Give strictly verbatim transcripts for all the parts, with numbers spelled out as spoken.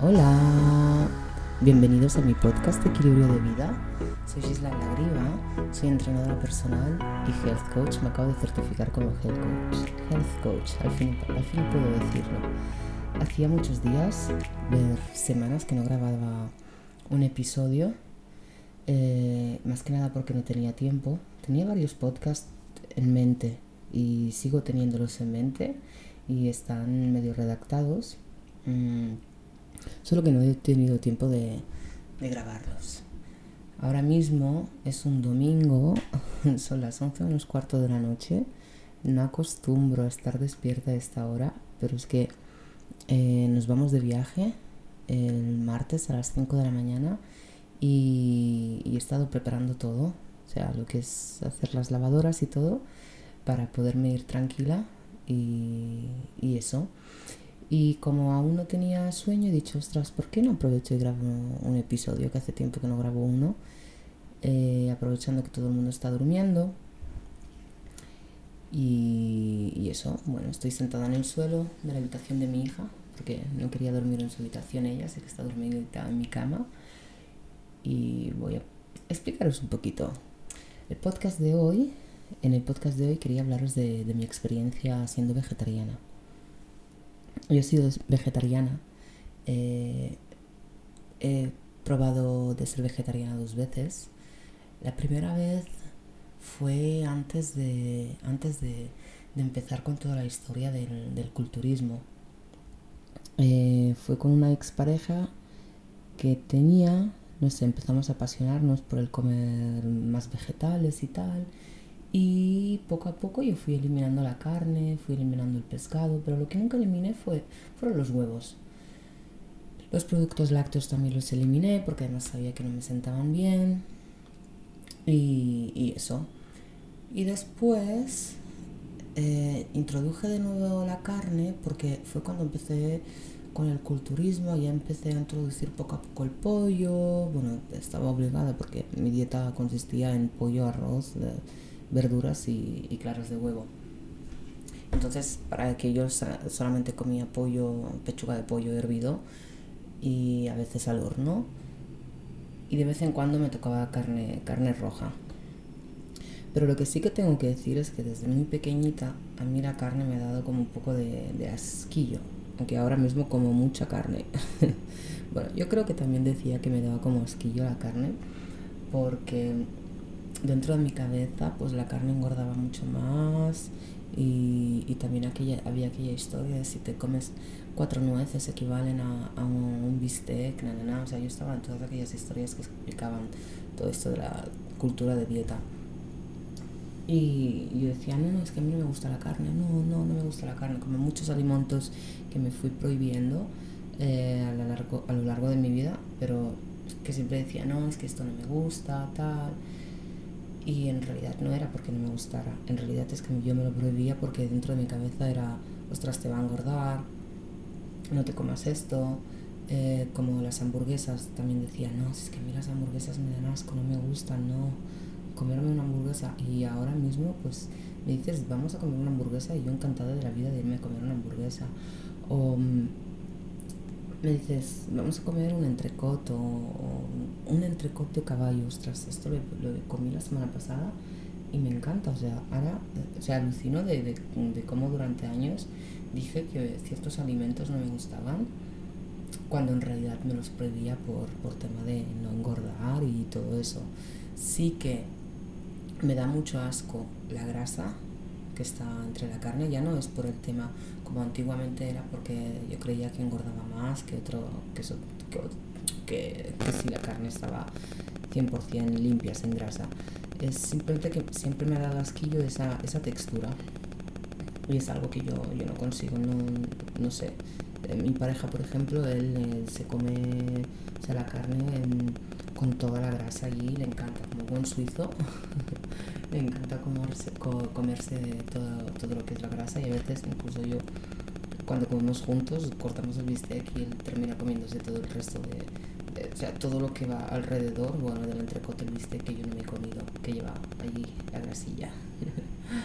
Hola, bienvenidos a mi podcast de Equilibrio de Vida. Soy Gisela Lagriva, soy entrenadora personal y health coach. Me acabo de certificar como health coach. Health coach, al fin, al fin puedo decirlo. Hacía muchos días, ver semanas que no grababa un episodio, eh, más que nada porque no tenía tiempo. Tenía varios podcasts en mente y sigo teniéndolos en mente y están medio redactados. Mm, Solo que no he tenido tiempo de, de grabarlos. Ahora mismo es un domingo, son las once menos cuarto de la noche. No acostumbro a estar despierta a esta hora, pero es que eh, nos vamos de viaje el martes a las cinco de la mañana y, y he estado preparando todo, o sea, lo que es hacer las lavadoras y todo, para poderme ir tranquila y, y eso. Y como aún no tenía sueño, he dicho, ostras, ¿por qué no aprovecho y grabo un episodio? Que hace tiempo que no grabo uno. Eh, aprovechando que todo el mundo está durmiendo. Y, y eso, bueno, estoy sentada en el suelo de la habitación de mi hija, porque no quería dormir en su habitación ella, así que está dormidita en mi cama. Y voy a explicaros un poquito. El podcast de hoy, en el podcast de hoy quería hablaros de, de mi experiencia siendo vegetariana. Yo he sido vegetariana, eh, he probado de ser vegetariana dos veces. La primera vez fue antes de, antes de, de empezar con toda la historia del, del culturismo. Eh, fue con una expareja que tenía, no sé, empezamos a apasionarnos por el comer más vegetales y tal. Y poco a poco yo fui eliminando la carne, fui eliminando el pescado, pero lo que nunca eliminé fue, fueron los huevos. Los productos lácteos también los eliminé porque además sabía que no me sentaban bien. Y, y eso. Y después eh, introduje de nuevo la carne porque fue cuando empecé con el culturismo. Ya empecé a introducir poco a poco el pollo. Bueno, estaba obligada porque mi dieta consistía en pollo, arroz, de, verduras y, y claras de huevo. Entonces, para aquello solamente comía pollo, pechuga de pollo hervido y a veces al horno. Y de vez en cuando me tocaba carne, carne roja. Pero lo que sí que tengo que decir es que desde muy pequeñita a mí la carne me ha dado como un poco de, de asquillo. Aunque ahora mismo como mucha carne. Bueno, yo creo que también decía que me daba como asquillo la carne porque dentro de mi cabeza pues la carne engordaba mucho más y, y también aquella, había aquella historia de si te comes cuatro nueces equivalen a, a un, un bistec, na, na, na. O sea, yo estaba en todas aquellas historias que explicaban todo esto de la cultura de dieta y yo decía, no, no, es que a mí no me gusta la carne, no, no, no me gusta la carne, como muchos alimentos que me fui prohibiendo eh, a, lo largo, a lo largo de mi vida, pero que siempre decía, no, es que esto no me gusta, tal. Y en realidad no era porque no me gustara, en realidad es que yo me lo prohibía porque dentro de mi cabeza era, ostras, te va a engordar, no te comas esto. Eh, como las hamburguesas, también decía, no, es que a mí las hamburguesas me dan asco, no me gustan, no, comerme una hamburguesa. Y ahora mismo pues me dices, vamos a comer una hamburguesa y yo encantada de la vida de irme a comer una hamburguesa. O me dices, vamos a comer un entrecot o, o un entrecot de caballo. Ostras, esto lo, lo comí la semana pasada y me encanta. O sea, ahora, o sea, alucino de, de, de cómo durante años dije que ciertos alimentos no me gustaban cuando en realidad me los prohibía por, por tema de no engordar y todo eso. Sí que me da mucho asco la grasa que está entre la carne, ya no es por el tema como antiguamente era porque yo creía que engordaba más que otro que, eso, que, que, que si la carne estaba cien por ciento limpia, sin grasa. Es simplemente que siempre me ha dado asquillo esa, esa textura y es algo que yo, yo no consigo, no, no sé. Mi pareja, por ejemplo, él eh, se come, o sea, la carne en, con toda la grasa allí, le encanta, como buen suizo. Le encanta comerse, co- comerse todo, todo lo que es la grasa y a veces incluso yo, cuando comemos juntos, cortamos el bistec y él termina comiéndose todo el resto de, de o sea, todo lo que va alrededor, bueno, del entrecote el bistec que yo no me he comido, que lleva allí la grasilla.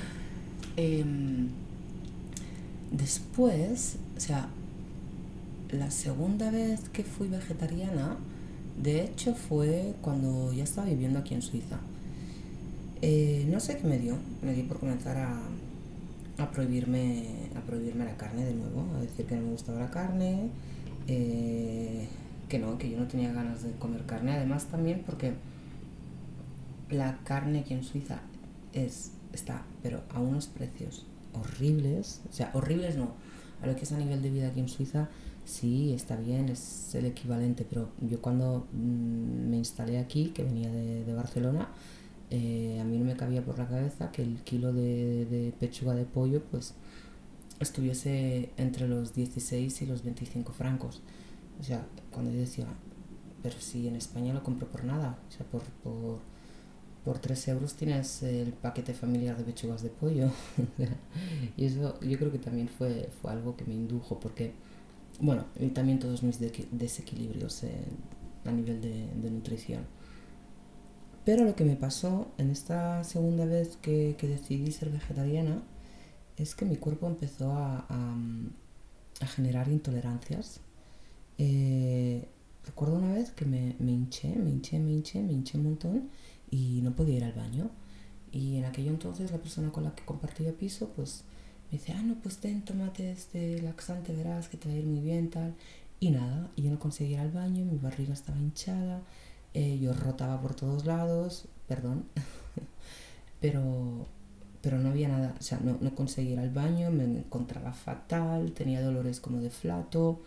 eh, después, o sea, la segunda vez que fui vegetariana, de hecho, fue cuando ya estaba viviendo aquí en Suiza. Eh, no sé qué me dio, me dio por comenzar a, a prohibirme, a prohibirme la carne de nuevo, a decir que no me gustaba la carne, eh, que no, que yo no tenía ganas de comer carne. Además también porque la carne aquí en Suiza es, está, pero a unos precios horribles, o sea, horribles no, a lo que es a nivel de vida aquí en Suiza, sí, está bien, es el equivalente, pero yo cuando mmm, me instalé aquí, que venía de, de Barcelona, eh, a mí no me cabía por la cabeza que el kilo de, de pechuga de pollo, pues, estuviese entre los dieciséis y los veinticinco francos. O sea, cuando yo decía, pero si en España lo compro por nada, o sea, por, por, por tres euros tienes el paquete familiar de pechugas de pollo. Y eso yo creo que también fue, fue algo que me indujo, porque, bueno, y también todos mis de- desequilibrios eh, a nivel de, de nutrición. Pero lo que me pasó en esta segunda vez que, que decidí ser vegetariana es que mi cuerpo empezó a, a, a generar intolerancias. Eh, Recuerdo una vez que me, me hinché, me hinché, me hinché, me hinché un montón y no podía ir al baño. Y en aquello entonces la persona con la que compartía piso pues me dice, ah, no, pues ten, tómate este laxante, verás que te va a ir muy bien, tal. Y nada, y yo no conseguía ir al baño, mi barriga estaba hinchada, eh, yo rotaba por todos lados, perdón, pero, pero no había nada, o sea, no, no conseguía ir al baño, me encontraba fatal, tenía dolores como de flato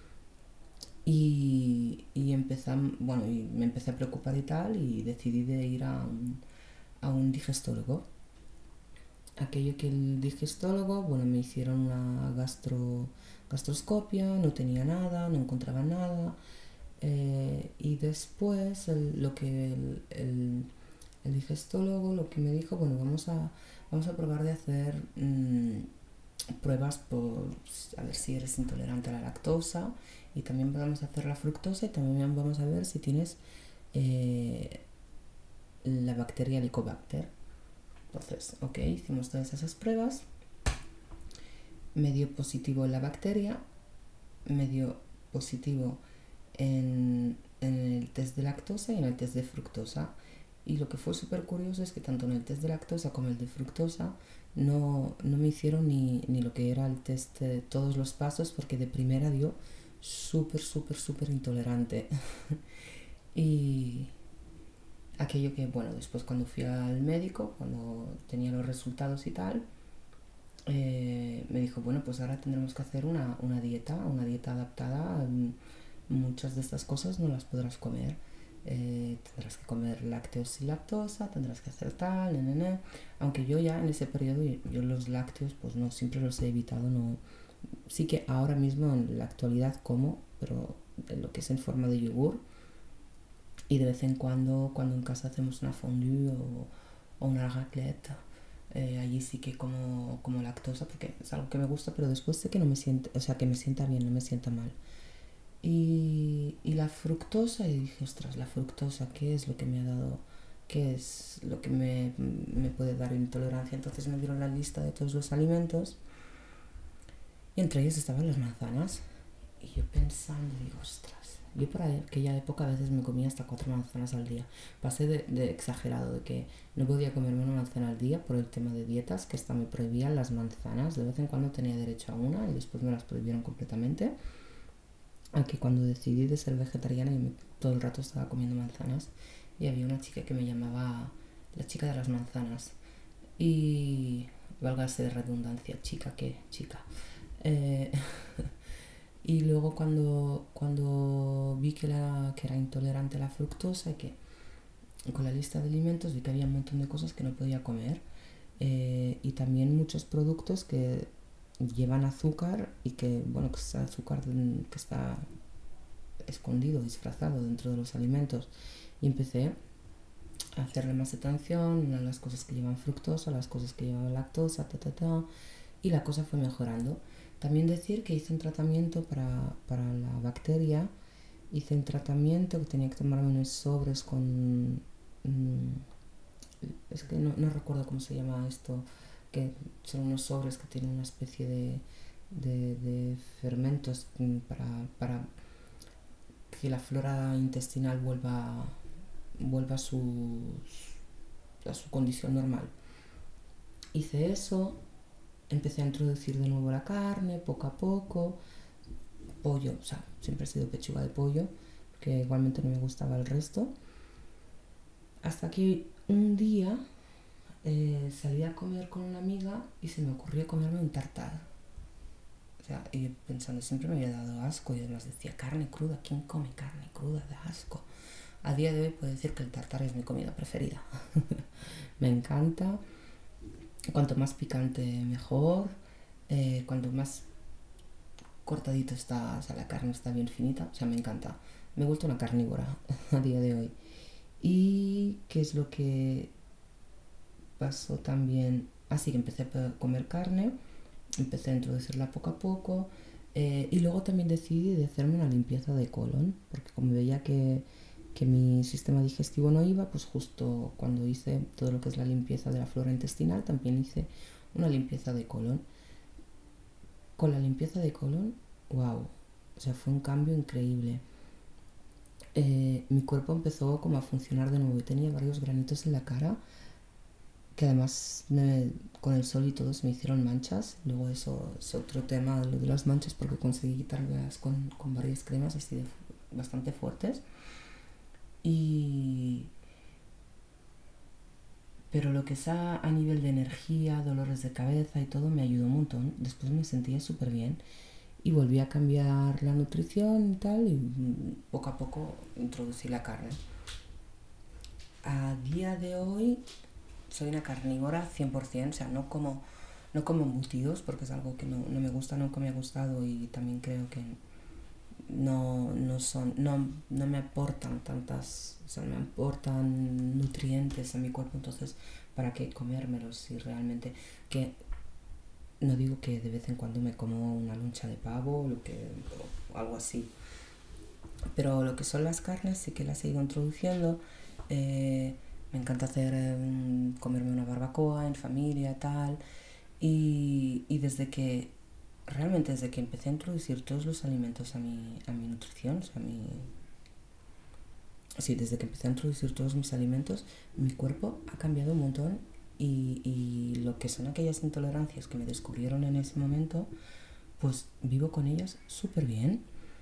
y, y empecé, bueno, y me empecé a preocupar y tal y decidí de ir a un, a un digestólogo. Aquello que el digestólogo, bueno, me hicieron una gastro, gastroscopia, no tenía nada, no encontraba nada. Eh, y después el- lo que el, el, el digestólogo lo que me dijo, bueno, vamos a, vamos a probar de hacer mmm, pruebas por a ver si eres intolerante a la lactosa y también vamos a hacer la fructosa y también vamos a ver si tienes eh, la bacteria Helicobacter. Entonces, ok, hicimos todas esas pruebas, me dio positivo la bacteria, me dio positivo en, en el test de lactosa y en el test de fructosa. Y lo que fue súper curioso es que tanto en el test de lactosa como el de fructosa no, no me hicieron ni, ni lo que era el test de todos los pasos porque de primera dio súper, súper, súper intolerante. Y aquello que, bueno, después cuando fui al médico, cuando tenía los resultados y tal, eh, me dijo, bueno, pues ahora tendremos que hacer una, una dieta, una dieta adaptada. Muchas de estas cosas no las podrás comer. Eh, tendrás que comer lácteos sin lactosa, tendrás que hacer tal, ne, ne, ne. Aunque yo ya en ese periodo, yo los lácteos, pues no, siempre los he evitado. No. Sí que ahora mismo en la actualidad como, pero en lo que es en forma de yogur. Y de vez en cuando, cuando en casa hacemos una fondue o, o una raclette, eh, allí sí que como, como lactosa porque es algo que me gusta, pero después sé que no me siente, o sea, que me sienta bien, no me sienta mal. Y, y la fructosa, y dije, ostras, la fructosa, ¿qué es lo que me ha dado? ¿Qué es lo que me, me puede dar intolerancia? Entonces me dieron la lista de todos los alimentos y entre ellos estaban las manzanas. Y yo pensando, digo, ostras, yo por aquella época a veces me comía hasta cuatro manzanas al día. Pasé de, de exagerado, de que no podía comerme una manzana al día por el tema de dietas, que hasta me prohibían las manzanas. De vez en cuando tenía derecho a una y después me las prohibieron completamente. Aquí cuando decidí de ser vegetariana y me, todo el rato estaba comiendo manzanas y había una chica que me llamaba la chica de las manzanas y válgase de redundancia, chica que chica. Eh, y luego cuando, cuando vi que, la, que era intolerante a la fructosa y que con la lista de alimentos vi que había un montón de cosas que no podía comer eh, y también muchos productos que llevan azúcar y que, bueno, que es azúcar que está escondido, disfrazado dentro de los alimentos. Y empecé a hacerle más atención a las cosas que llevan fructosa, a las cosas que llevan lactosa, ta, ta, ta, y la cosa fue mejorando. También decir que hice un tratamiento para, para la bacteria, hice un tratamiento que tenía que tomarme unos sobres con... Mmm, es que no, no recuerdo cómo se llama esto, que son unos sobres que tienen una especie de, de, de fermentos para, para que la flora intestinal vuelva, vuelva a, su, a su condición normal. Hice eso, empecé a introducir de nuevo la carne, poco a poco, pollo, o sea, siempre he sido pechuga de pollo, porque igualmente no me gustaba el resto. Hasta que un día eh, salí a comer con una amiga y se me ocurrió comerme un tartar. O sea, y pensando, siempre me había dado asco y además decía, carne cruda, ¿quién come carne cruda? Da asco. A día de hoy puedo decir que el tartar es mi comida preferida. Me encanta. Cuanto más picante mejor. Eh, cuanto más cortadito está, o sea, la carne está bien finita. O sea, me encanta. Me gusta una carnívora a día de hoy. Y qué es lo que pasó también. Así que empecé a comer carne, empecé a introducirla poco a poco. Eh, y luego también decidí de hacerme una limpieza de colon, porque como veía que, que mi sistema digestivo no iba, pues justo cuando hice todo lo que es la limpieza de la flora intestinal, también hice una limpieza de colon. Con la limpieza de colon, wow, o sea, fue un cambio increíble. Eh, mi cuerpo empezó como a funcionar de nuevo y tenía varios granitos en la cara que además me, con el sol y todo se me hicieron manchas. Luego eso es otro tema, lo de las manchas, porque conseguí quitarlas con, con varias cremas así de bastante fuertes. Y... Pero lo que es a, a nivel de energía, dolores de cabeza y todo me ayudó un montón. Después me sentía súper bien y volví a cambiar la nutrición y tal y poco a poco introducí la carne. A día de hoy soy una carnívora cien por ciento, o sea, no como, no como embutidos porque es algo que no, no me gusta, nunca me ha gustado y también creo que no, no son, no, no me aportan tantas, o sea, no me aportan nutrientes a mi cuerpo, entonces, ¿para qué comérmelos si realmente, que no digo que de vez en cuando me como una loncha de pavo o, lo que, o algo así, pero lo que son las carnes sí que las he ido introduciendo. eh, me encanta hacer eh, comerme una barbacoa en familia, tal, y, y desde que realmente desde que empecé a introducir todos los alimentos a mi, a mi nutrición, o sea, a mi, sí, desde que empecé a introducir todos mis alimentos, mi cuerpo ha cambiado un montón y, y lo que son aquellas intolerancias que me descubrieron en ese momento, pues vivo con ellas súper bien.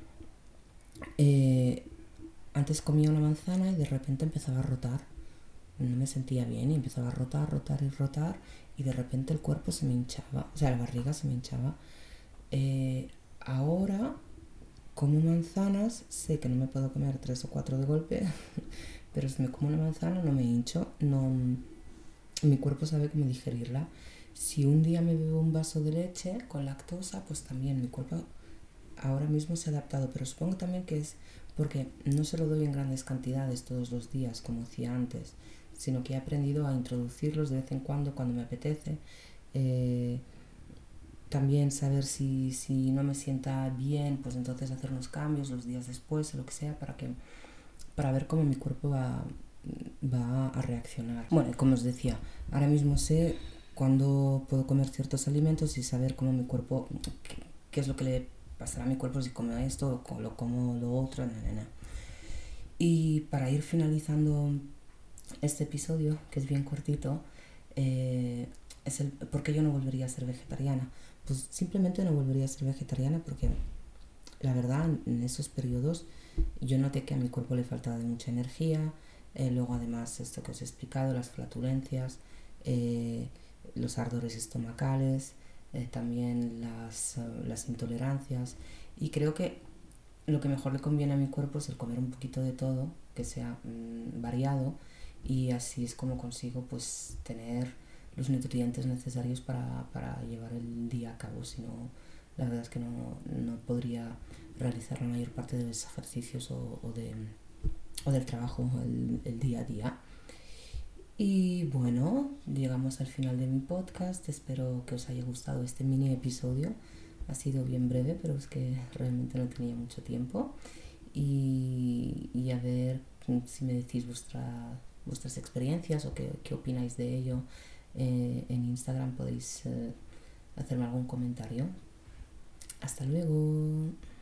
Eh, antes comía una manzana y de repente empezaba a rotar. No me sentía bien y empezaba a rotar, rotar y rotar y de repente el cuerpo se me hinchaba, o sea, la barriga se me hinchaba. Eh, ahora como manzanas, sé que no me puedo comer tres o cuatro de golpe, pero si me como una manzana no me hincho, no, mi cuerpo sabe cómo digerirla. Si un día me bebo un vaso de leche con lactosa, pues también mi cuerpo ahora mismo se ha adaptado, pero supongo también que es porque no se lo doy en grandes cantidades todos los días como hacía antes, sino que he aprendido a introducirlos de vez en cuando cuando me apetece. Eh, también saber si, si no me sienta bien, pues entonces hacer unos cambios los días después o lo que sea para, que, para ver cómo mi cuerpo va, va a reaccionar. Bueno, como os decía, ahora mismo sé cuándo puedo comer ciertos alimentos y saber cómo mi cuerpo, qué, qué es lo que le pasará a mi cuerpo si come esto o lo como lo otro, na, na, na. Y para ir finalizando este episodio, que es bien cortito, eh, es el por qué yo no volvería a ser vegetariana. Pues simplemente no volvería a ser vegetariana porque la verdad en esos periodos yo noté que a mi cuerpo le faltaba de mucha energía. Eh, luego además esto que os he explicado, las flatulencias, eh, los ardores estomacales, eh, también las, uh, las intolerancias, y creo que lo que mejor le conviene a mi cuerpo es el comer un poquito de todo, que sea mmm, variado, y así es como consigo pues tener los nutrientes necesarios para, para llevar el día a cabo. Si no, la verdad es que no, no podría realizar la mayor parte de los ejercicios o, o, de, o del trabajo el, el día a día. Y bueno, llegamos al final de mi podcast. Espero que os haya gustado este mini episodio. Ha sido bien breve, pero es que realmente no tenía mucho tiempo. Y, y a ver si me decís vuestra, vuestras experiencias o qué, qué opináis de ello. Eh, en Instagram podéis eh, hacerme algún comentario. Hasta luego.